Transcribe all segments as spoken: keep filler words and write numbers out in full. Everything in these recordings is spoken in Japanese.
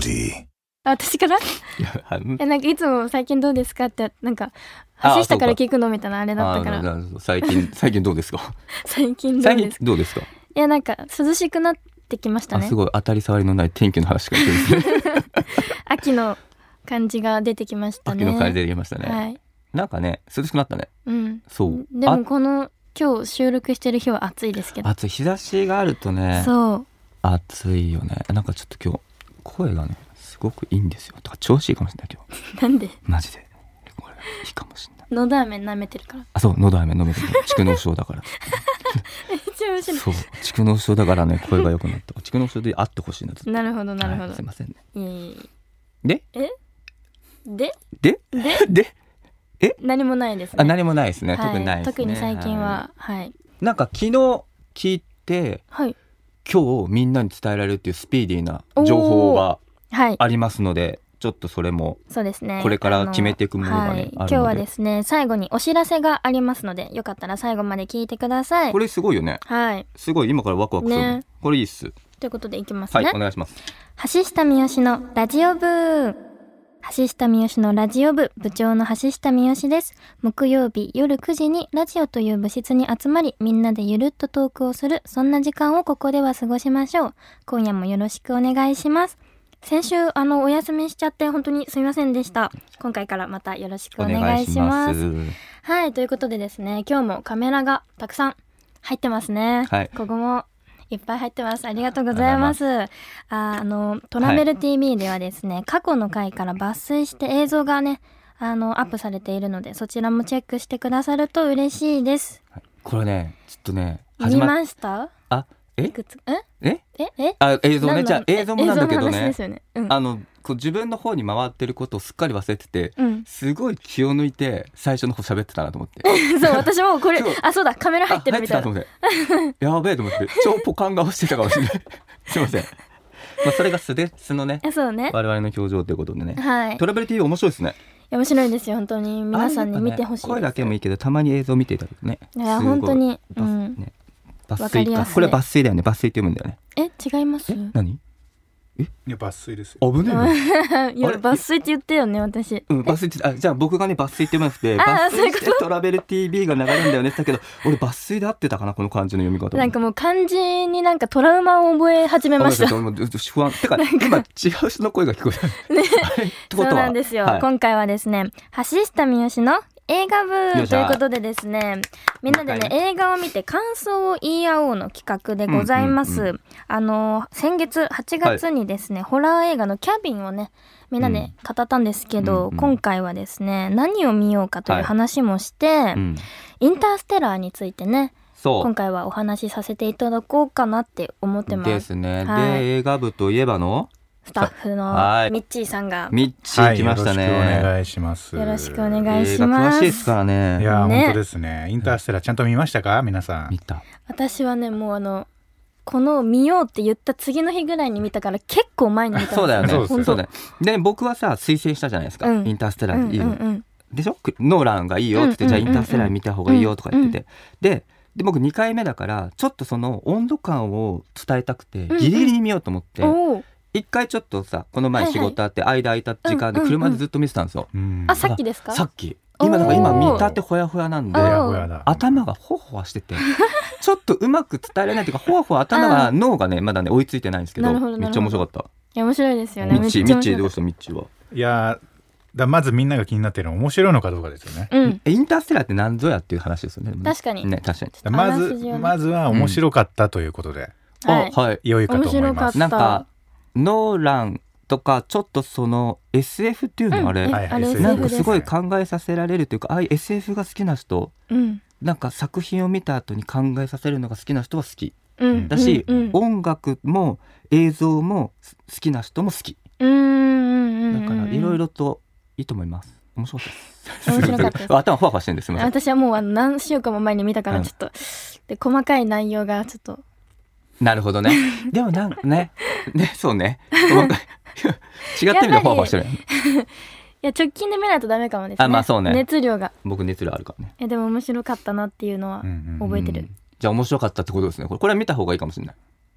Responsibility。 あ、私からいや、なんかいつも最近どうですかってなんか橋下から聞くのみたいなあれだったから。 最近最近どうですか最近どうですかどうですか。 いや、なんか涼しくなってきましたね。 あ、すごい当たり障りのない天気の話が出てるんですね秋の感じが出てきましたね。 秋の感じ出てきましたね、 はい、なんかね涼しくなったね。 うん、 そうでもこの今日収録してる日は暑いですけど。 暑い、日差しがあるとね。 そう暑いよね。なんかちょっと今日声がねすごくいいんですよ。とか調子いいかもしれない今日。 なんでマジでこれいいかもしれない。 のど飴舐めてるから。 あ、そう、のど飴飲めてる蓄膿症だからめっちゃ面白い。 そう、蓄膿症だからね声が良くなった蓄膿症であってほしいなと。 なるほどなるほど、 はい、すいませんね。 いえいえでえででででえ何もないですね。 あ、何もないですね、 はい、 特にないですね。 特に最近は、はい、はい、 なんか昨日聞いて、はい、今日みんなに伝えられるっていうスピーディーな情報がありますので、はい、ちょっとそれもそうですね、これから決めていくものがね、はい、あるので、 今日はですね最後にお知らせがありますのでよかったら最後まで聞いてください。 これすごいよね。はい、すごい今からワクワクする、ね、これいいっす。 ということでいきますね。 はい、お願いします。 橋下三好のラジオ部。橋下三好のラジオ部部長の橋下三好です。木曜日夜くじにラジオという部室に集まり、みんなでゆるっとトークをする、そんな時間をここでは過ごしましょう。今夜もよろしくお願いします。先週あのお休みしちゃって本当にすみませんでした。今回からまたよろしくお願いします。はい、ということでですね、今日もカメラがたくさん入ってますね。はい、ここもいっぱい入ってます。ありがとうございます。ああのトラベル ティーブイ ではですね、はい、過去の回から抜粋して映像がねあのアップされているので、そちらもチェックしてくださると嬉しいです。 はい、これねちょっとね見ました。あえいくつええええあ映像ね、じゃあ映像もなんだけどね、 ね、うん、 あのこう自分の方に回ってることをすっかり忘れてて、うん、すごい気を抜いて最初の方喋ってたなと思ってそう私もこれあそうだカメラ入ってるみたいなやべえと思って超ポカン顔してたかもしれないすいません、まあ、それが素で素のね、そうね我々の表情ということでね、はい、トラベル ティーブイ 面白いですね。 面白いですよ本当に。皆さんに見てほしいです。 声だけもいいけどたまに映像見ていただくとね、 いや本当に、うん、 ね、抜粋かこれ抜粋だよね。抜粋って読むんだよね。 え違います。 え何えいや抜粋ですよ。 危ねえいや抜粋って言ったよね私。 うん抜粋ってあじゃあ僕がね抜粋って言いまして抜粋してトラベル ティーブイ が流れるんだよねって言ったけど俺抜粋で合ってたかなこの漢字の読み方。 なんかもう漢字になんかトラウマを覚え始めました。 不安てか今違う人の声が聞こえたねそうなんですよ、はい、今回はですね橋下三好の映画部ということでですね、みんなでね映画を見て感想を言い合おうの企画でございます、うんうんうん、あの先月はちがつにですね、はい、ホラー映画のキャビンをねみんなで語ったんですけど、うん、今回はですね何を見ようかという話もして、はいうん、インターステラーについてね今回はお話しさせていただこうかなって思ってますですね、はい、で映画部といえばのスタッフのミッチーさんがミッチー来ましたね、 はい、よろしくお願いします。 よろしくお願いします。 映画詳しいですからね。 いや、ね、本当ですね。インターステラーちゃんと見ましたか皆さん。 見た。 私はねもうあのこの見ようって言った次の日ぐらいに見たから結構前に見たんですよ。 そうだよね。そうそうだよ。で僕はさ推薦したじゃないですか、うん、インターステラーいいよ、うんうんうん、でしょノーランがいいよって言って、うんうんうんうん、じゃあインターステラー見た方がいいよとか言ってて、うんうん、でで僕にかいめだからちょっとその温度感を伝えたくてギリギリに見ようと思って、うんうん一回ちょっとさこの前仕事あって間空いた時間で車でずっと見てたんですよ、 うんうんうん、あさっきですか。 さっき今だから今見たってほやほやなんで頭がほわほわしててちょっとうまく伝えられないというかほわほわ頭が脳がねまだね追いついてないんですけどめっちゃ面白かった。 いや面白いですよね。 ミッチーミッチーどうしたミッチーは。 いやだまずみんなが気になっているのは面白いのかどうかですよね、 うん、 インターステラーって何ぞやっていう話ですよね。 確かに、 ね、確かにまずまずは面白かったということで、 うん、はい、 はい、良いかと思います。 なんかノーランとかちょっとその エスエフ っていうの、うん、あれ、 はい、 なんかすごい考えさせられるというかああいう エスエフ が好きな人、うん、なんか作品を見た後に考えさせるのが好きな人は好き、うん、だし、うんうん、音楽も映像も好きな人も好き、うん、だからいろいろといいと思います。面白かったです面白かったです頭ふわふわしてるんです。 私はもうあの何週間も前に見たからちょっと、うん、で細かい内容がちょっとなるほどねでもなんかねねそうね細かい違ってみたらファーファーしてるいや直近で見ないとダメかもですね。 あ、まあそうね、 熱量が僕熱量あるからね。 いやでも面白かったなっていうのは覚えてる、うんうんうん、 じゃあ面白かったってことですね。これこれは見た方がいいかもしれない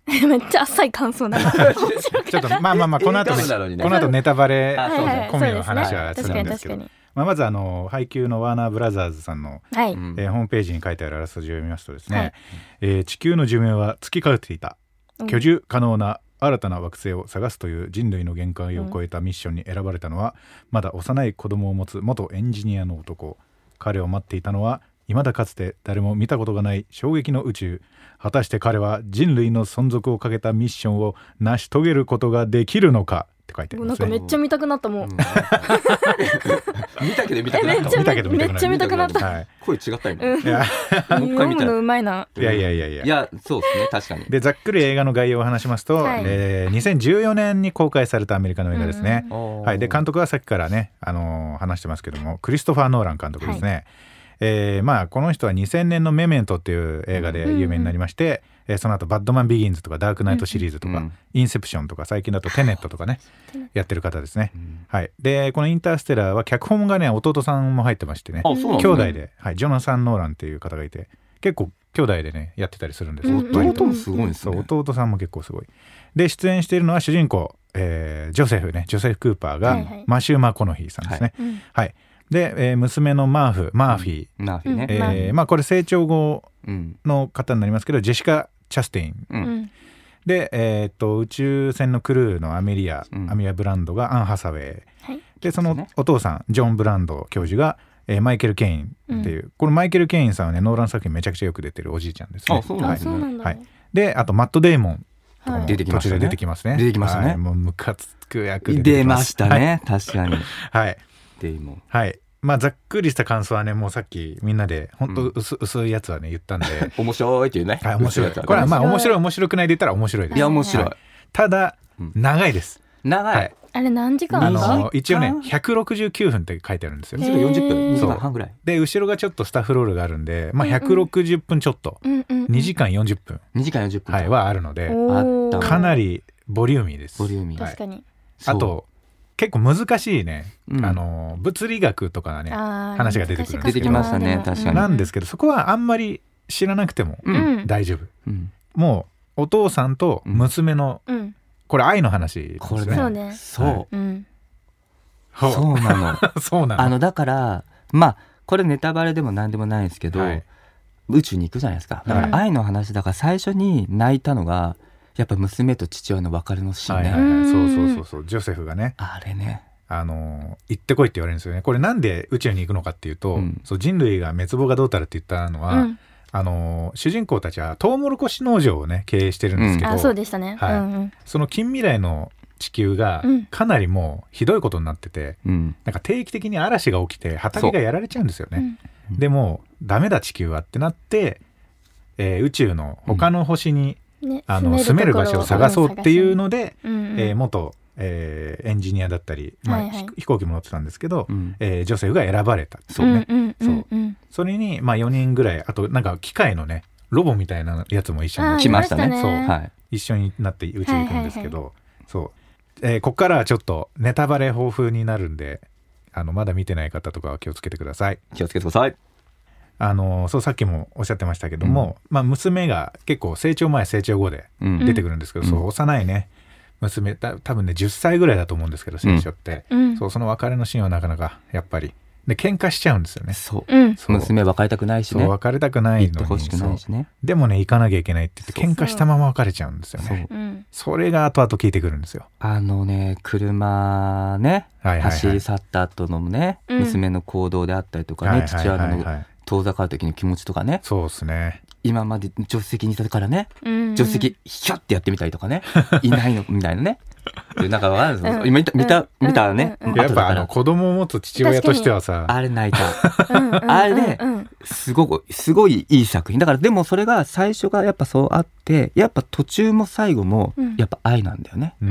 めっちゃ浅い感想だなちょっとまあまあまあこの後ね、この後ネタバレ込みの話はするんですけど、まあ、まずあの配給のワーナーブラザーズさんの、はい、えー、ホームページに書いてあるあらすじを読みますとですね、はい、えー、地球の寿命は尽きかけていた、居住可能な新たな惑星を探すという人類の限界を超えたミッションに選ばれたのは、うん、まだ幼い子供を持つ元エンジニアの男。彼を待っていたのは未だかつて誰も見たことがない衝撃の宇宙。果たして彼は人類の存続をかけたミッションを成し遂げることができるのかって書いてありますね。 なんかめっちゃ見たくなったもん、うん、 見たけど見たくなった見たけど見たくなっためっちゃ見たくなった、はい、 声違った今、 うん、いやもう一回見たいのうまいな。 いやいやいやいやいやそうですね確かに。 でざっくり映画の概要を話しますと、はい、えー、にせんじゅうよねんに公開されたアメリカの映画ですね、うん、はい、で監督はさっきからね、あのー、話してますけどもクリストファー・ノーラン監督ですね、はい、えーまあ、この人はにせんねんのメメントっていう映画で有名になりまして、うんうん、えー、その後バッドマンビギンズとかダークナイトシリーズとか、うんうん、インセプションとか最近だとテネットとかねやってる方ですね、うん、はい、でこのインターステラーは脚本がね弟さんも入ってましてね、兄弟で、はい、ジョナサン・ノーランっていう方がいて結構兄弟でねやってたりするんですよ、うん、 弟もすごいですね。 そう弟さんも結構すごいで出演しているのは主人公、えー、ジョセフねジョセフ・クーパーが、はいはい、マシュー・マコノヒーさんですね、はい、うん、はい、で、えー、娘のマーフマーフィー、 うん、マーフィーね、 えーまあ、これ成長後の方になりますけどジェシカ・チャステイン、うん、で、えー、っと宇宙船のクルーのアメリア、うん、アミア・ブランドがアン・ハサウェイ、はい、でそのお父さんジョン・ブランド教授が、えー、マイケル・ケインっていう、うん、このマイケル・ケインさんはねノーラン作品めちゃくちゃよく出てるおじいちゃんですね。 あ、そうなんですね、 はい、であとマット・デーモンとかも途中で出てきますね。 出てきましたね。 はい、もうムカつく役で出てきます。 出ましたね、はい、確かにはいデーモン、 はい、まあざっくりした感想はねもうさっきみんなで本当薄、うん、薄いやつはね言ったんで面白いっていうね、 はい、面白い、これはまあ面白い面白くないで言ったら面白いです。 いや面白い、 はい、ただ、うん、長いです。 長い、はい、 あれ何時間あの一応ねひゃくろくじゅうきゅうふんって書いてあるんですよ。 よんじゅっぷんにじかんはんぐらいで後ろがちょっとスタッフロールがあるんで、まあ、ひゃくろくじゅっぷんちょっと、うんうん、にじかんよんじゅっぷんにじかんよんじゅっぷん、 はい、はあるのでかなりボリューミーです。 ボリューミー、 はい、 確かに。 あと結構難しいね、うん、あの物理学とかね話が出てくるんですけど出てきましたね確かに。 なんですけどそこはあんまり知らなくても大丈夫、うん、もうお父さんと娘の、うん、これ愛の話ですね。 これね、そうね、そう、はい、うん、 そうなのそうなの。 あのだからまあこれネタバレでも何でもないんですけど、はい、宇宙に行くじゃないですか。だから愛の話だから最初に泣いたのがやっぱ娘と父親の別れのシーンね、 はいはいはい、そうそうそうそうジョセフがねあれねあの行ってこいって言われるんですよね。これなんで宇宙に行くのかっていうと、うん、そう人類が滅亡がどうたらって言ったのは、うん、あの主人公たちはトウモロコシ農場をね経営してるんですけど、うん、 あそうでしたね、はい、うんうん、 その近未来の地球がかなりもうひどいことになってて、うん、なんか定期的に嵐が起きて畑がやられちゃうんですよね、うん、でもダメだ地球はってなって、えー、宇宙の他の星に、うんね、あの住める場所を探そうっていうので、うんうん、えー、元、えー、エンジニアだったり、まあはいはい、飛行機も乗ってたんですけど、うん、えー、ジョセフが選ばれたそうね、うんうんうんうん、そうそれに、まあ、よにんぐらいあとなんか機械のねロボみたいなやつも一緒に来ましたね。 そう、 はい、 一緒になって宇宙に行くんですけど、はいはいはい、そう、えー、ここからはちょっとネタバレ豊富になるんであのまだ見てない方とかは気をつけてください。 気をつけてください。 あのそうさっきもおっしゃってましたけども、うん、まあ、娘が結構成長前成長後で出てくるんですけど、うん、そう幼いね娘た多分ねじゅっさいぐらいだと思うんですけど成長って、うん、そうその別れのシーンはなかなかやっぱりで喧嘩しちゃうんですよね。 そう、うん、そう娘別れたくないしね。 そう別れたくないのに行ってほしくないしね。 でもね行かなきゃいけないって言って喧嘩したまま別れちゃうんですよね。 そう、うん、それが後々効いてくるんですよ。 あのね車ね、はいはいはい、走り去った後のね、うん、娘の行動であったりとかね、はいはいはいはい、父親の遠ざかる時の気持ちとかね。 そうですね。 今まで助手席にいたからね、うんうん、助手席ヒャッてやってみたりとかねいないのみたいなねなんかわかんない、うん、今見た見た、うん、見たね、 うん、やっぱあの子供を持つ父親としてはさあれ泣いたあれね、うんうん、すごくすごいいい作品だから。でもそれが最初がやっぱそうあってやっぱ途中も最後もやっぱ愛なんだよね、うん、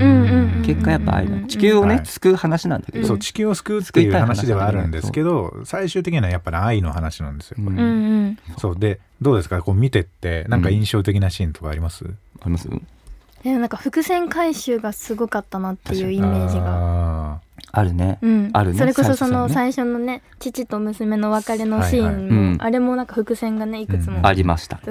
結果やっぱ愛なん地球をね、はい、救う話なんだけど、 そう地球を救うっていう話ではあるんですけど最終的にはやっぱり愛の話なんですよ、うんうん、そうでどうですかこう見てってなんか印象的なシーンとかあります、うん、 あります？ えなんか伏線回収がすごかったなっていうイメージがあ, あるね、うん、あるね。 それこそその最初のね父と娘の別れのシーンも、はいはい、あれもなんか伏線がねいくつも、 うん、ありました、 うん、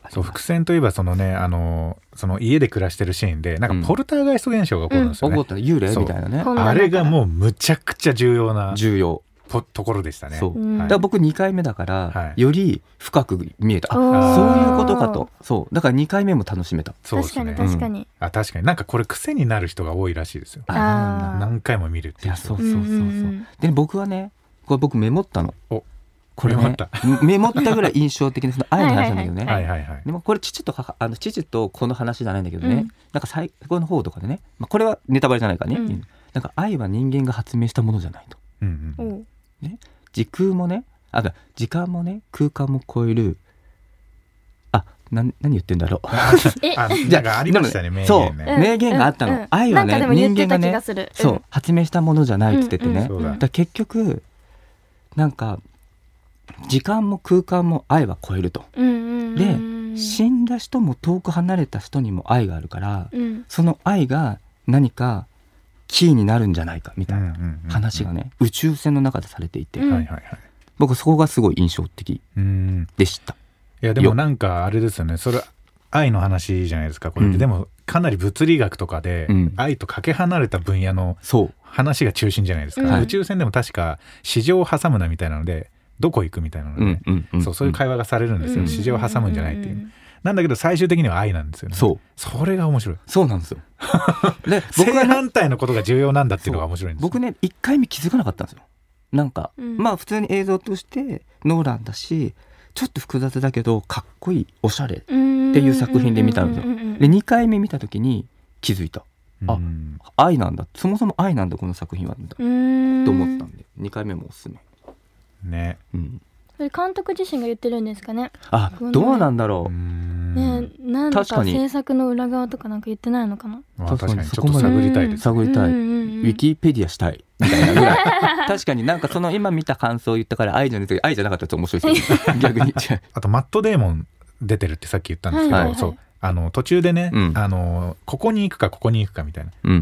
そう伏線といえばそのねあのその家で暮らしてるシーンでなんかポルターガイスト現象が起こるんですよね、 うん、起こった幽霊みたいなね。 あれがもうむちゃくちゃ重要な重要ところでしたね。 そう、 はい、 だから僕にかいめだから、はい、より深く見えた。あ、 あそういうことかと。そうだからにかいめも楽しめた。 そうですね、 確かに確かに、うん、 あ確かになんかこれ癖になる人が多いらしいですよ。 あ何回も見るっていう。 いやそうそうそうそう、うんうん、で僕はねこれ僕メモったの。おこれ、ね、 メモったメモったぐらい印象的なその愛の話なんだけどね。 はいはいはい、 でもこれ父と母あの父とこの話じゃないんだけどね、うん、なんか最後の方とかでね、まあ、これはネタバレじゃないからね、うん、なんか愛は人間が発明したものじゃないと、 うんうんね、時空もねあ時間もね空間も超えるあな何言ってんだろうあじゃあありましたね名言ね。 そう名言があったの、うんうん、愛はね人間がね、うん、そう発明したものじゃないって言っててね、 うんうん、 だ結局なんか時間も空間も愛は超えると、 うんうんうん、 で死んだ人も遠く離れた人にも愛があるから、 うん、 その愛が何かキーになるんじゃないかみたいな話がね、うんうんうん、宇宙船の中でされていて、 うん、 僕そこがすごい印象的でした。 いやでもなんかあれですよねそれ愛の話じゃないですかこれって、うん、でもかなり物理学とかで、うん、愛とかけ離れた分野の話が中心じゃないですか、うん、宇宙船でも確か市場を挟むなみたいなのでどこ行くみたいなので、ねうんうんうん、そう、そういう会話がされるんですよ、うん、市場を挟むんじゃないっていう、うんうん、なんだけど最終的には愛なんですよね。 そうそれが面白い。 そうなんですよで僕正反対のことが重要なんだっていうのが面白いんですよ。 僕ねいっかいめ気づかなかったんですよ。なんか、うん、まあ普通に映像としてノーランだしちょっと複雑だけどかっこいいおしゃれっていう作品で見たんですよ。でにかいめ見た時に気づいた。あ、愛なんだそもそも愛なんだこの作品はと思ったんでにかいめもおすすめね、 うん、 それ監督自身が言ってるんですかね。 あどうなんだろう、 ね、なんか制作の裏側とかなんか言ってないのかな。 確かにちょっと探りたいです。 探りたい、うんうんうん、ウィキペディアしたいみたいなぐらい確かになんかその今見た感想を言ったから愛じゃなくて愛じゃなかったら面白いですよ逆にあとマットデーモン出てるってさっき言ったんですけど、はいはいはい、そうあの途中でね、うん、あのここに行くかここに行くかみたいな、 うん、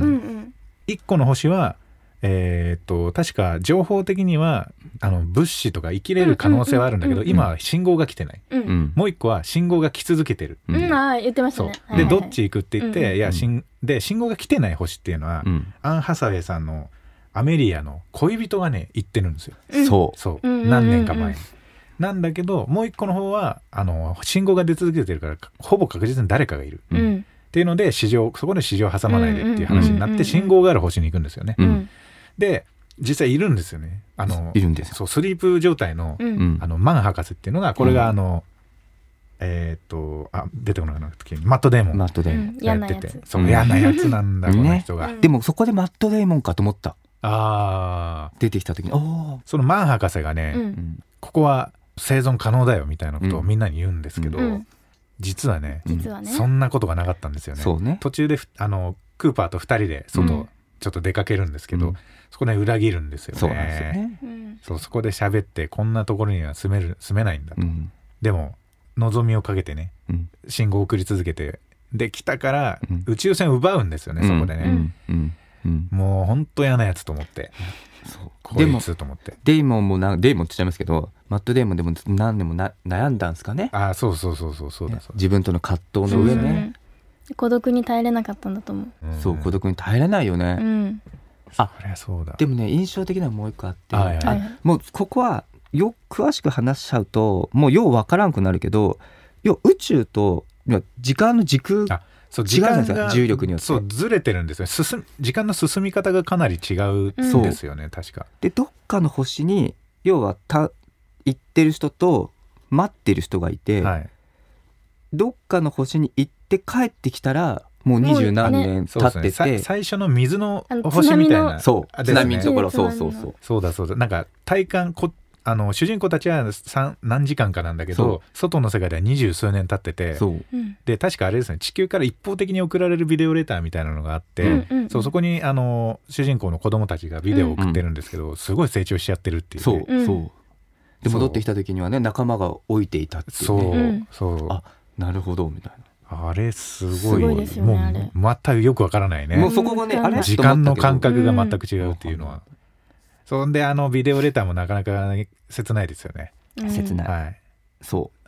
いっこの星はえー、っと確か情報的にはあの物資とか生きれる可能性はあるんだけど、うんうんうん、今は信号が来てない、 うん、 もう一個は信号が来続けてる、 うん、あ言ってましたね。 そうで、はいはい、どっち行くって言って、うんうん、いや信で信号が来てない星っていうのは、うん、アン・ハサウェイさんのアメリアの恋人がね行ってるんですよ、 うん、そうそう、うんうんうん、何年か前になんだけどもう一個の方はあの信号が出続けてるからほぼ確実に誰かがいる、 うん、 っていうので市場そこで市場挟まないでっていう話になって信号がある星に行くんですよね、 うん、 で実際いるんですよね。あのいるんですよ。 そうスリープ状態の、 うん、 あのマン博士っていうのがこれがあの、うん、えー、っとあ出てこなくなった時にマットデーモンマットデーモンやってて、うん、そう嫌なやつなんだ、うん、この人が、 ね、でもそこでマットデーモンかと思った。 あ出てきた時におそのマン博士がね、うん、ここは生存可能だよみたいなことをみんなに言うんですけど、うん、実はね、 実はねそんなことがなかったんですよね。 そうね途中であのクーパーとふたりで外、うんちょっと出かけるんですけど、うん、そこで裏切るんですよね。 そうなんですよね、 うん、 そうそこで喋ってこんなところには住める住めないんだと、 うん、 でも望みをかけてね、 うん、 信号を送り続けてできたから、うん、宇宙船を奪うんですよね、そこでね、 うんうんうん、 もうほんと嫌なやつと思ってそうこいつと思ってデイモンもなデイモンって言っちゃいますけどマットデイモンでも何年もな悩んだんですかね。 あそうそうそうそうそうだそうだ自分との葛藤の上ね、 うん、孤独に耐えれなかったんだと思う、 うん、そう孤独に耐えれないよね、 うんあそりゃそうだ。 でもね印象的なのもう一個あって、 はいはい、 あもうここはよ詳しく話しちゃうともうようわからんくなるけど要宇宙と時間の時空あそう時間が重力によってそうずれてるんですよ。進時間の進み方がかなり違うんですよね、うん、確かでどっかの星に要はた行ってる人と待ってる人がいて、 はい、 どっかの星に行って帰ってきたらもう二十何年経ってて、ね、 最初の水の星みたいなそう津波のところそうそうそうそうだそうだなんか体感こあの主人公たちは何時間かなんだけど外の世界では二十数年経っててそうで確かあれですね地球から一方的に送られるビデオレターみたいなのがあって、うんうん、そうそこにあの主人公の子供たちがビデオを送ってるんですけど、うん、すごい成長しちゃってるっていう、 ね、そうそうで戻ってきた時にはね仲間が置いていたっていう、 ね、そうそうあなるほどみたいなあれすごい、 すごいですよね、 もう全くよくわからないね。 もうそこがね、あれ時間の感覚が全く違うっていうのは、うん、そんであのビデオレターもなかなか切ないですよね。 切ない、 はい、 そう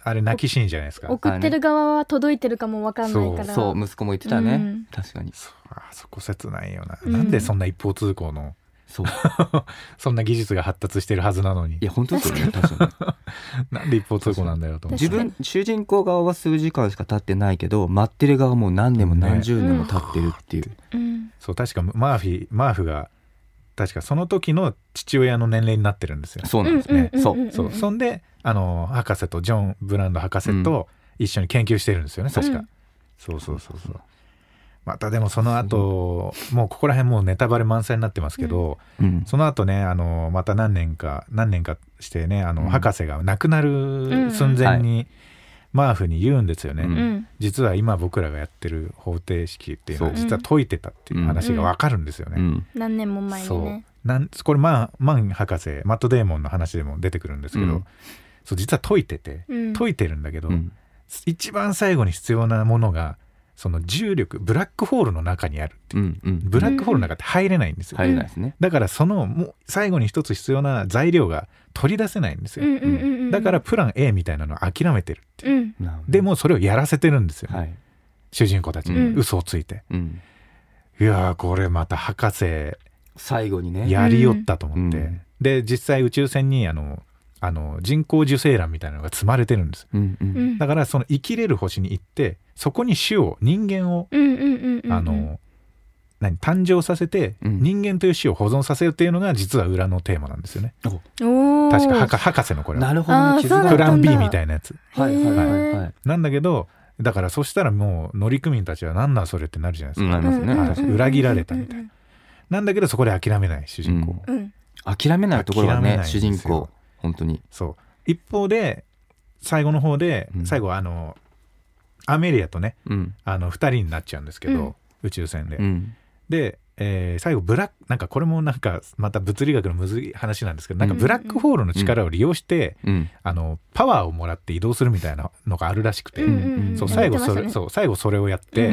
あれ泣きシーンじゃないですか。 送ってる側は届いてるかも分かんないから。 そう、そう息子も言ってたね、うん、確かに。 そう、あそこ切ないよな、うん、なんでそんな一方通行のそうそんな技術が発達してるはずなのに。 いや本当ですよね、確かになんで一方通行なんだよと思って。 自分主人公側は数時間しか経ってないけど、待ってる側はもう何年も何十年も経ってるっていう、ね、 うん、 そう確かマーフィーマーフが確かその時の父親の年齢になってるんですよ。 そうなんですね。 そうそう、そんであの博士とジョン・ブランド博士と一緒に研究してるんですよね、うん、確か、うん、そうそうそうそう。またでもその後もうここら辺もうネタバレ満載になってますけど、うん、その後ねあのまた何年か何年かしてねあの、うん、博士が亡くなる寸前に、うん、マーフに言うんですよね、うん、実は今僕らがやってる方程式っていうのは実は解いてたっていう話が分かるんですよね、うん、 何年も前にね。 そうなんこれマン、マン博士マットデーモンの話でも出てくるんですけど、うん、そう実は解いてて、うん、解いてるんだけど、うん、一番最後に必要なものがその重力ブラックホールの中にあるっていう、うんうん、ブラックホールの中って入れないんですよ、 入れないですね。 だからそのもう最後に一つ必要な材料が取り出せないんですよ、うんうんうん、だからプラン A みたいなのを諦めてるっていう、うん、でもそれをやらせてるんですよ、はい、主人公たちに、うん、嘘をついて、うん、いやーこれまた博士最後にねやりよったと思って、うん、で実際宇宙船にあのあの人工受精卵みたいなのが積まれてるんです、うんうん、だからその生きれる星に行ってそこに種を人間を、うんうんうんうん、あの何誕生させて、うん、人間という種を保存させるっていうのが実は裏のテーマなんですよね。お確か博士のこれはなるほど、ね、 プラン B みたいなやつ、 はいはいはいはい、 なんだけどだからそしたらもう乗組員たちは何なんそれってなるじゃないですか、 うん、なりますね、 裏切られたみたいな、なんだけどそこで諦めない主人公、 うん、諦めないところがね主人公本当に。 そう一方で最後の方で、うん、最後はあのアメリアとね、うん、あのふたりになっちゃうんですけど、うん、宇宙船で、うん、で、えー、最後ブラックなんかこれもなんかまた物理学のむずい話なんですけど、なんかブラックホールの力を利用して、うん、あのパワーをもらって移動するみたいなのがあるらしくて、うん、そう最後それ、ね、そう最後それをやって、うん、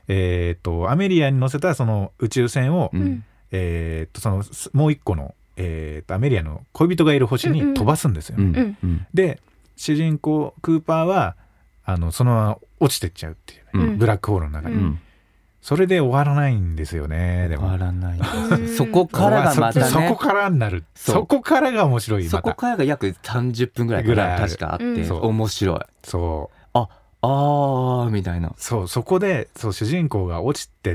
えー、とアメリアに乗せたその宇宙船を、うん、えー、とそのもう一個の、えー、とアメリアの恋人がいる星に飛ばすんですよ、うんうん、で主人公クーパーはあのそのまま落ちてっちゃうっていう、ね、うん、ブラックホールの中に、うん、それで終わらないんですよね。でも終わらないそこからがまたねそ, そこからになる そ, そこからが面白い、ま、 そこからが約さんじゅっぷんぐらいかな確かあって、うん、面白い。 そうああーみたいな。 そうそこでそう主人公が落ちてって、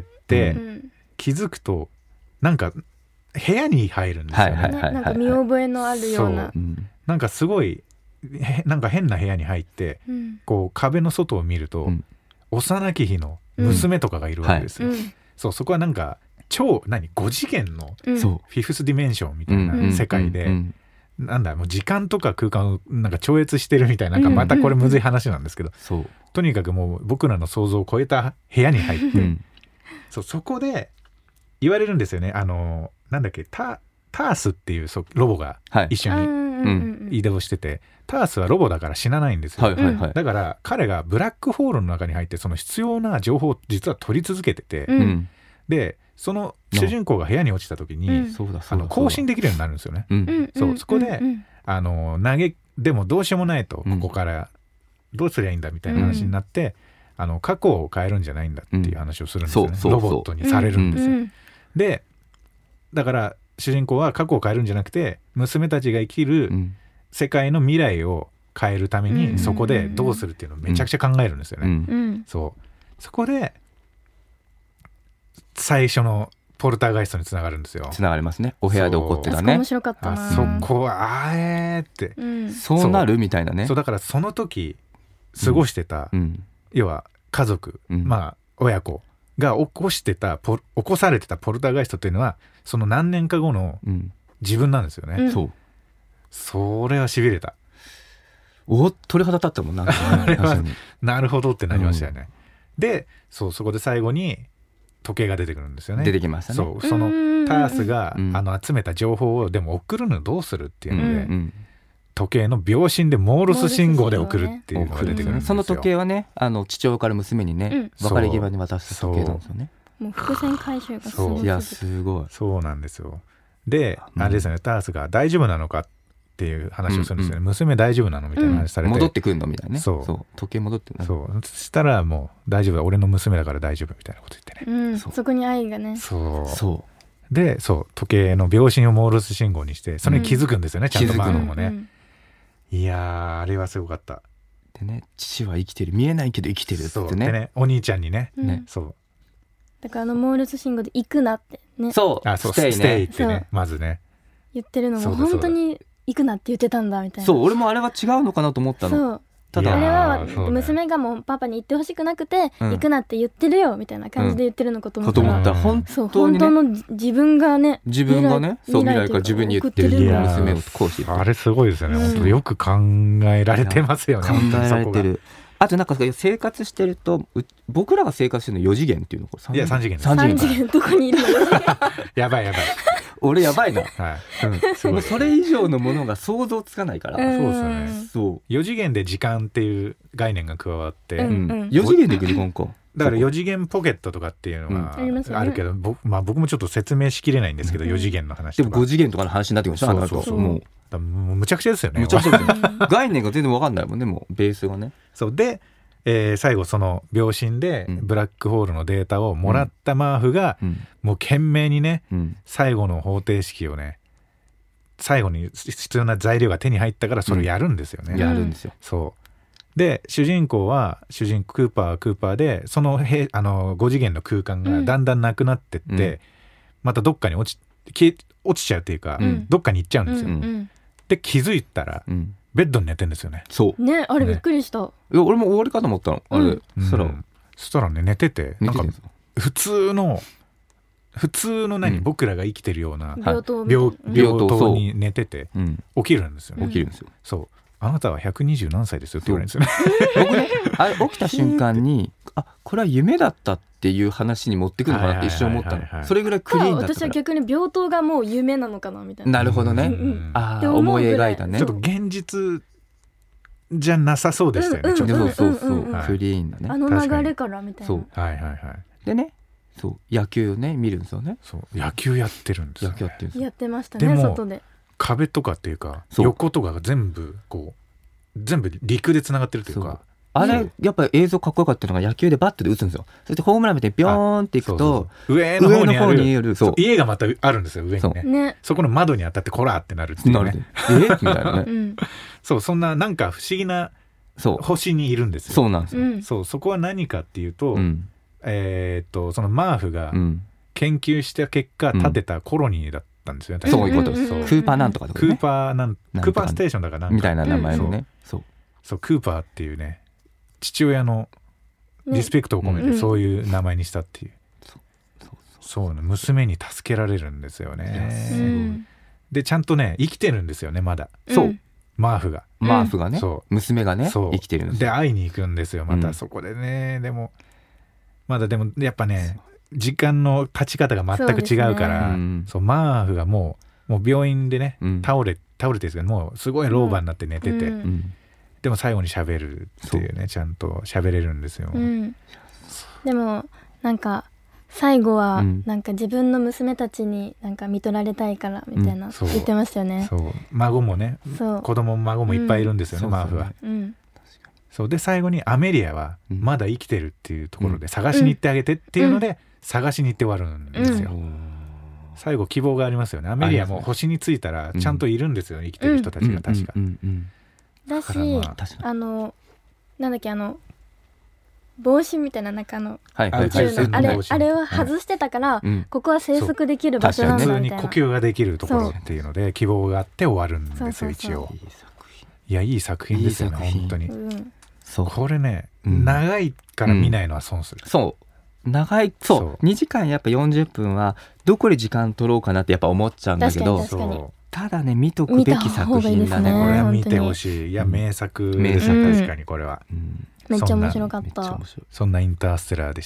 うん、気づくとなんか部屋に入るんですよね、はいはいはいはい、 なんか見覚えのあるような、 そう、うん、なんかすごいなんか変な部屋に入って、うん、こう壁の外を見ると、うん、幼き日の娘とかがいるわけですよ、うんはい、そうそこはなんか超何ご次元のフィフスディメンションみたいな世界で、うんうんうん、なんだもう時間とか空間をなんか超越してるみたいな、なんかまたこれむずい話なんですけど、うんうんうん、とにかくもう僕らの想像を超えた部屋に入って、うん、そうそこで言われるんですよね。あのなんだっけ タ, タースっていうロボが一緒に移動してて、はい、タースはロボだから死なないんですよ、はいはいはい、だから彼がブラックホールの中に入ってその必要な情報を実は取り続けてて、うん、でその主人公が部屋に落ちた時に、うん、あの更新できるようになるんですよね、うん、そうそこで、うん、あの投げでもどうしようもないと、ここからどうすりゃいいんだみたいな話になって、うん、あの過去を変えるんじゃないんだっていう話をするんですよね、うん、ロボットにされるんですよ、うんうん、でだから主人公は過去を変えるんじゃなくて娘たちが生きる世界の未来を変えるためにそこでどうするっていうのをめちゃくちゃ考えるんですよね、うんうん、そうそこで最初のポルターガイストにつながるんですよ。 つながりますね。お部屋で起こってたね。 面白かったな。 あそこはあえーって、 うん、そうなるみたいなね。 そうだからその時過ごしてた、うん、要は家族、うん、まあ親子が起こしてたポ起こされてたポルターガイストっていうのはその何年か後の自分なんですよね、うん、そうそれはしびれた。 お鳥肌立ったもんなんか、ね、 なるほどってなりましたよね、うん、でそうそこで最後に時計が出てくるんですよね。 出てきましたね。 そうそのタースが、うん、あの集めた情報をでも送るのどうするっていうので、うんうん、時計の秒針でモールス信号で送るっていうのが出てくるんですよ、ね、 その時計はねあの父親から娘にね、うん、別れ際に渡した時計なんですよね。 もう伏線回収がすごい。 いやすごい。 そうなんですよ。で、あれですよね、タースが大丈夫なのかってっていう話をするんですよね、うんうん、娘大丈夫なのみたいな話されて、 うん、戻ってくるのみたいなね。 そうそう時計戻ってそうそしたらもう大丈夫だ俺の娘だから大丈夫みたいなこと言ってね、 うん、そ, そこに愛がねそうそうでそう時計の秒針をモールス信号にしてそれに気づくんですよね、うん、ちゃんとマーフもね、うん、いやーあれはすごかった。 でね父は生きてる見えないけど生きてるってね。 そうでねお兄ちゃんにね、 うん、 ねそうだからあのモールス信号で行くなってねそうあそうステイ、ね、ステイってねまずね言ってるのも本当に行くなって言ってたんだみたいな。 そう俺もあれは違うのかなと思ったの。 そうただあれは娘がもうパパに言ってほしくなくて、うん、行くなって言ってるよみたいな感じで言ってるのかと思ったら、うん、 本当に、ね、本当の自分がね自分がねそう未来から自分に言ってる娘をこうしてあれすごいですよね、うん、本当よく考えられてますよね。 考えられてる。あとなんか生活してると僕らが生活してるのよ次元っていうのこれいやさん次元です。 さん次元どこにいるのやばいやばい俺やばいな、 はいうん、もうそれ以上のものが想像つかないから。 そうですよね。そうよ次元で時間っていう概念が加わって、 うんうん、よ次元で時間かだからよ次元ポケットとかっていうのがあるけど、うん僕まあ、僕もちょっと説明しきれないんですけど、うん、よ次元の話とかでもご次元とかの話になってくるでしょ。 そうそうそうもうだもうむちゃくちゃですよね。 むちゃくちゃですよ概念が全然分かんないもんねもうベースがね。 そうでえー、最後その秒針でブラックホールのデータをもらったマーフがもう懸命にね、うん、最後の方程式をね最後に必要な材料が手に入ったからそれをやるんですよね、 うん、やるんですよ。 そうで主人公は主人公クーパーはクーパーでそのへあのご次元の空間がだんだんなくなってって、うん、またどっかに落ち消え落ちちゃうっていうか、うん、どっかに行っちゃうんですよ、うん、で気づいたら、うんベッドに寝てんですよね。 そうねあれびっくりした、ね、 いや俺も終わりかと思ったのあれ、うん、そしたら、うん、 そしたらね寝ててなんか普通の普通の何、うん、僕らが生きてるような病棟病棟に寝てて、うん、起きるんですよね。 起きるんですよ。 そうあなたはひゃくにじゅう何歳ですよって言われるんですよね。僕ねあれ起きた瞬間にあこれは夢だったっていう話に持ってくるのかなって一瞬思ったの。それぐらいクリーンだったから。 私は逆に病棟がもう夢なのかなみたいな。 なるほどね、うんうん、あ思い描いたね。 ちょっと現実じゃなさそうでしたよね、うんうん、ちょっとそうそうそう、はい、クリーンなねあの流れからみたいな。 そうはいはいはいでねそう野球をね見るんですよね。 そう野球やってるんですよ、ね、 野球やってるんですよ。 やってましたね。でも外で壁とかっていうか横とかが全部こう全部陸でつながってるというかあれやっぱり映像かっこよかったのが野球でバットで打つんですよ。そしてホームランみたいにビョーンっていくとそうそう上の方にあるにあるそう家がまたあるんですよ上に ね, ねそこの窓に当たってコラーってなるっていうねえみたいなね、うん、 そうそんななんか不思議な星にいるんですよ。 そうなんですよ、うん、 そうそこは何かっていうと、うん、えー、っとそのマーフが研究した結果建てたコロニーだったんですよね、 うん、そういうことです。そうクーパーなんとかとか、ね、 クーパーなんクーパーステーションだからなんみたいな名前のね、うん、そうそうクーパーっていうね父親のリスペクトを込めてそういう名前にしたっていう、うん、そうね娘に助けられるんですよね、うん、でちゃんとね生きてるんですよねまだ、 うん、そうマーフがマーフがね、そう娘がね生きてるんですで会いに行くんですよまた、うん、そこでねでもまだでもやっぱね時間の経ち方が全く違うから、そう、ね、そうマーフがもう、もう病院でね、うん、倒れ倒れてるんですけどもうすごい老婆になって寝てて、うん、でも最後に喋るっていうねちゃんと喋れるんですよ、うん、 でもなんか最後はなんか自分の娘たちになんか見取られたいからみたいな言ってましたよね、 うん、そう孫もね子供も孫もいっぱいいるんですよね、うん、マーフは、うん、そうで最後にアメリアはまだ生きてるっていうところで探しに行ってあげてっていうので探しに行って終わるんですよ、うん、最後希望がありますよね。アメリアも星に着いたらちゃんといるんですよね、生きてる人たちが確か、うんうんうんうん、 だし、まあ、あのなんだっけあの帽子みたいな中の宇宙のあれあれを外してたから、はい、ここは生息できる場所なんだみたいな、 普通に呼吸ができるところっていうので希望があって終わるんですよ。そうそうそう一応いやいい作品ですよね本当に、うん、そうこれね、うん、長いから見ないのは損する、 うん、そう長いそう、そうにじかんやっぱよんじゅっぷんはどこで時間取ろうかなってやっぱ思っちゃうんだけど確かに確かにただね見とくべき作品だね。 これは見てほしい。いや名作、名作確かにこれは、 うん、めっちゃ面白かった。 そんなインターステラーでした。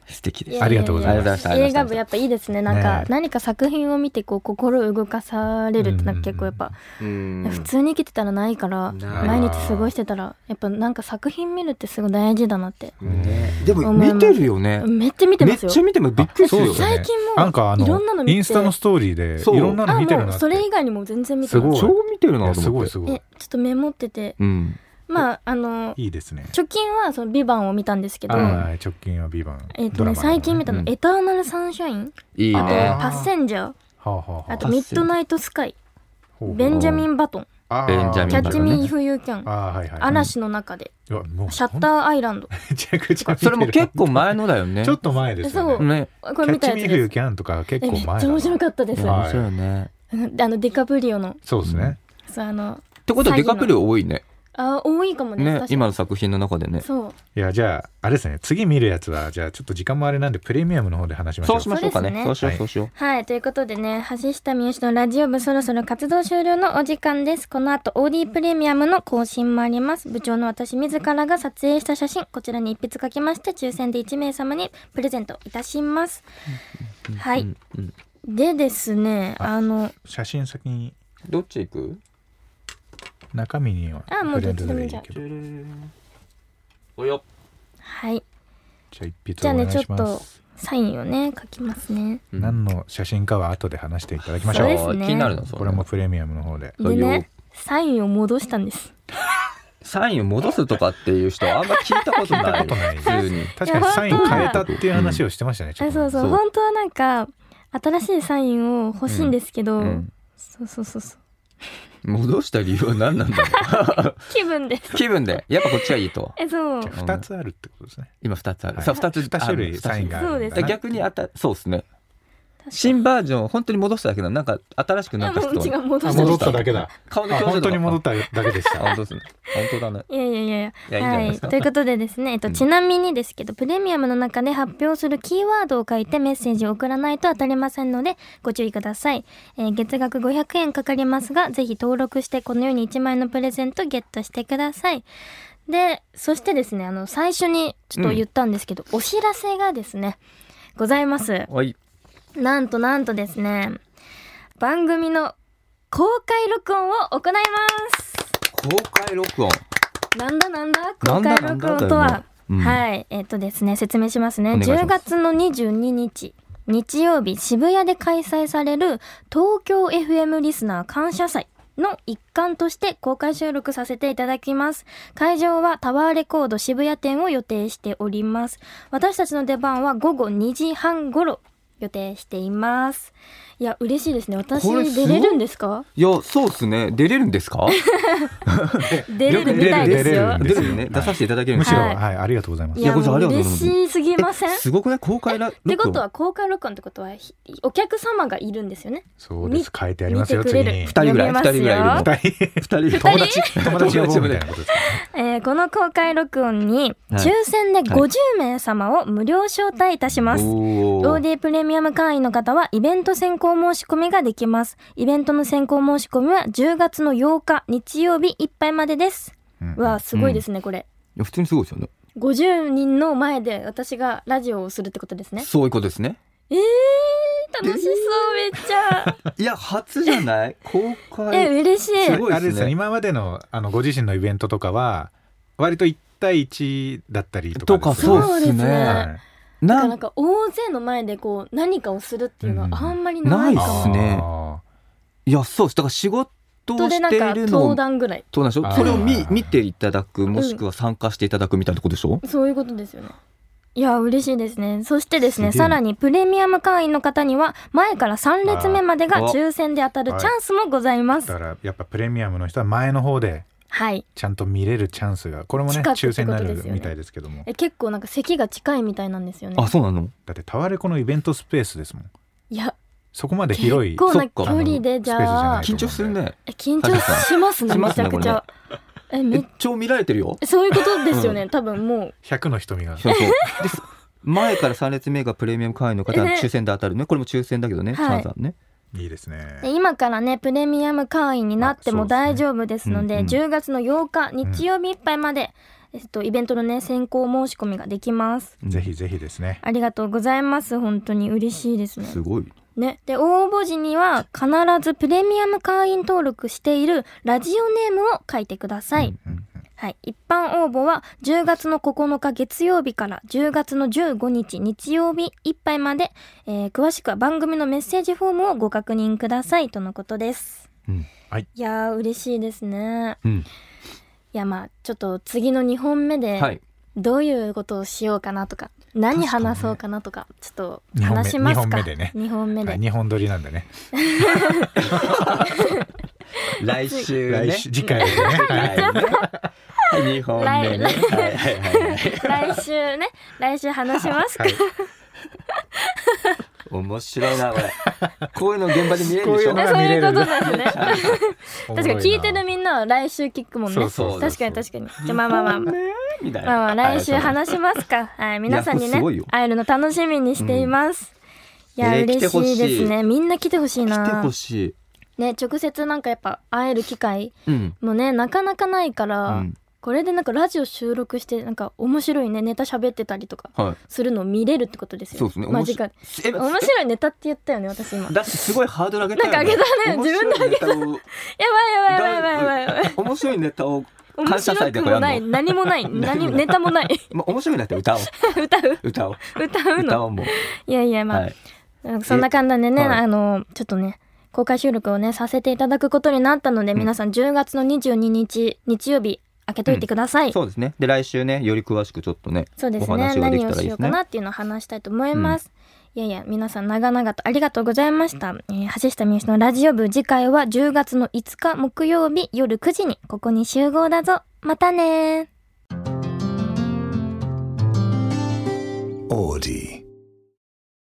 素敵です。 ありがとうございます。 映画部やっぱいいですね。なんか、ね、何か作品を見てこう心動かされるってなんか結構やっぱ、うん、普通に生きてたらないから毎日過ごしてたらやっぱなんか作品見るってすごい大事だなって、 ね、でも見てるよね。 めっちゃ見てますよ。 めっちゃ見てもびっくりするよ、ね、 最近もなんかあのいろんなの見てインスタのストーリーでいろんなの見てるなって。 それ以外にも全然見てます。 超見てるなと思って。すごいすごい。 えちょっとメモってて、うんまああのいいですね。 直近はそのビバンを見たんですけど、 直近はビバン。 えっとね最近見たの、うん、エターナルサンシャイン、 いいね。 あとパッセンジャー、はあはあはあ、あとミッドナイトスカイ、ベンジャミンバトン、 ベンジャミンバトン、 キャッチミーイフユーキャン、 はいはい、 嵐の中で、シャッターアイランド。 めちゃくちゃそれも結構前のだよね。 ちょっと前ですよね。 そうね。これ見たやつです。 キャッチミーイフユーキャンとか結構前だ。 めっちゃ面白かったです。 面白いね。 あのディカプリオの。 そうですね。 そうあの。 ってことはディカプリオ多いね。 あ多いかも ね, ね今の作品の中でね。 そういやじゃああれですね、次見るやつはじゃあちょっと時間もあれなんでプレミアムの方で話しましょう。 そうしましょうかね。そうしようそうしよう。 はい、はい、ということでね、橋下三好のラジオ部そろそろ活動終了のお時間です。この後 オーディー プレミアムの更新もあります。部長の私自らが撮影した写真こちらに一筆書きまして抽選でいち名様にプレゼントいたします。はい、うんうんうん、でですねあの写真先にどっち行く？ 中身にはあもうどっちでもいいけど。 およ。 はい。じゃあ一筆じゃあねお願いします。 ちょっとサインをね書きますね。 うん、何の写真かは後で話していただきましょう。 そうですね。 気になるの。 これもプレミアムの方で。 でねサインを戻したんです。 サインを戻すとかっていう人あんま聞いたことない。 聞いたことない。普通に。確かにサイン変えたっていう話をしてましたね。 うん、あそうそう本当はなんか新しいサインを欲しいんですけど、うんうん、そうそうそうそう。 戻した理由は何なんだろう。 気分です。 気分でやっぱこっちがいいと。 えそう。 ふたつあるってことですね。 今ふたつある。 はい、 さふたつに種類サインがある。そうです。 逆にあたそうですね。新バージョンを本当に戻しただけなの。なんか新しくなった人は戻した戻っただけだ。 顔の表情本当に戻っただけでした。 本当ですね。本当だね。 いやいやいやいや。 はい。ということでですね、えっと、ちなみにですけど、うん、プレミアムの中で発表するキーワードを書いてメッセージを送らないと当たりませんのでご注意ください。えー、月額ごひゃくえんかかりますが、ぜひ登録してこのようにいちまいのプレゼントゲットしてください。で、そしてですね、あの最初にちょっと言ったんですけど、うん、お知らせがですねございます。 はい。 なんとなんとですね番組の公開録音を行います。 公開録音なんだなんだ公開録音とは、うん、はいえっとですね説明しますね。じゅうがつのにじゅうににち日曜日渋谷で開催される東京 エフエム リスナー感謝祭の一環として公開収録させていただきます。会場はタワーレコード渋谷店を予定しております。私たちの出番はごごにじはん頃予定しています。いや嬉しいですね。私出れるんですか？ いやそうですね。出れるんですか？ 出れるみたいですよ。 出れるね。出させていただけるんですよ。むしろはいありがとうございます。 いやもう嬉しすぎません？ すごくない公開録音。 ってことは公開録音ってことはお客様がいるんですよね。 そうです。書いてありますよ。次にふたりぐらいふたりぐらいいるの。 ふたりふたり友達友達呼ぶみたいなことですか？ えー、この公開録音に抽選でごじゅうめい様を無料招待いたします。はい、オーディー プレミアム会員の方はイベント先行申し込みができます。イベントの先行申し込みはじゅうがつのようか日曜日いっぱいまでです。うん、わあすごいですね、うん、これ。 いや普通にすごいですよね。 ごじゅうにんの前で私がラジオをするってことですね。 そういうことですね。 えー、楽しそうめっちゃ。 いや初じゃない？公開。 え嬉しい。 すごいですね。あれですね。今までのあのご自身のイベントとかは割といちたいいちだったりとか、 ね、とかそうですね。はいな, なんか大勢の前でこう何かをするっていうのはあんまりないかも、うん、ないですね。 いやそうです。だから仕事をしているの登壇ぐらい登壇でしょ。それを 見, 見ていただくもしくは参加していただくみたいなことでしょ、 うん、そういうことですよね。いや嬉しいですね。そしてですねさらにプレミアム会員の方には前からさん列目までが抽選で当たるチャンスもございます。 だからやっぱプレミアムの人は前の方ではい、 ちゃんと見れるチャンスがこれもね抽選になるみたいですけども、 え結構なんか席が近いみたいなんですよね。 あそうなの。 だってタワレコのイベントスペースですもん。 いやそこまで広い結構な距離でじゃあ緊張するね。 え緊張しますねめちゃくちゃ。 えめっちゃ見られてるよ。 そういうことですよね、うん、多分もうひゃくの瞳がそうそうです前からさん列目がプレミアム会員の方は抽選で当たるね。これも抽選だけどね、はい、チャンスね。 いいですね。 今からねプレミアム会員になっても大丈夫ですので、うんうん、じゅうがつのようか日曜日いっぱいまで、 えっと、イベントのね先行申し込みができます。 ぜひぜひですね。 ありがとうございます。本当に嬉しいですね。 すごいね。で応募時には必ずプレミアム会員登録しているラジオネームを書いてください。うんうん、はい、一般応募はじゅうがつのここのか月曜日からじゅうがつのじゅうごにち日曜日いっぱいまで、えー、詳しくは番組のメッセージフォームをご確認くださいとのことです。うん、はい、いやー嬉しいですね。うん、いやまあちょっと次のにほんめでどういうことをしようかなとか、何話そうかなとかちょっと話しますか。にほんめでね。にほんめで。 はい、にほん撮りなんだね。 来週ね。 来週次回でね。 はい、にほんめね。はいはいはい。 来週ね。来週話しますか。はい、 面白いなこれ。こういうの現場で見れるでしょ。 そういうことですね。確かに聞いてるみんなは来週聞くもんね。そうそうそう、確かに確かに。じゃまあまあまあまあ。みたいな。まあまあ来週話しますか。はい、皆さんにね会えるの楽しみにしています。いや嬉しいですね。みんな来てほしいな。 来てほしい。 ね、直接なんかやっぱ会える機会もね、うん、なかなかないから、うん、これでなんかラジオ収録してなんか面白いねネタ喋ってたりとかするのを見れるってことですよ。 そうですね。 間近で面白いネタって言ったよね私今。 だってすごいハードル上げたよね。 なんか上げたね。自分で上げた。やばいやばいやばいやばいやばいやばい。 面白いネタを感謝祭でこれやるの。 面白くもない何もない何ネタもない。 まあ面白いネタ歌おう。 歌う歌おう歌うの。 歌おうもう。 いやいやまあ、はい、そんな感じでね、はい、あのちょっとね。公開収録をねさせていただくことになったので、うん、皆さんじゅうがつのにじゅうににち日曜日開けといてください。うん、 そうですね。で来週ねより詳しくちょっとね、 そうですね、お話ができたらいいですね。何をしようかなっていうのを話したいと思います。うん、いやいや皆さん長々とありがとうございました。えー、橋下美由のラジオ部、次回はじゅうがつのいつか木曜日夜くじにここに集合だぞ。またねー。オーディ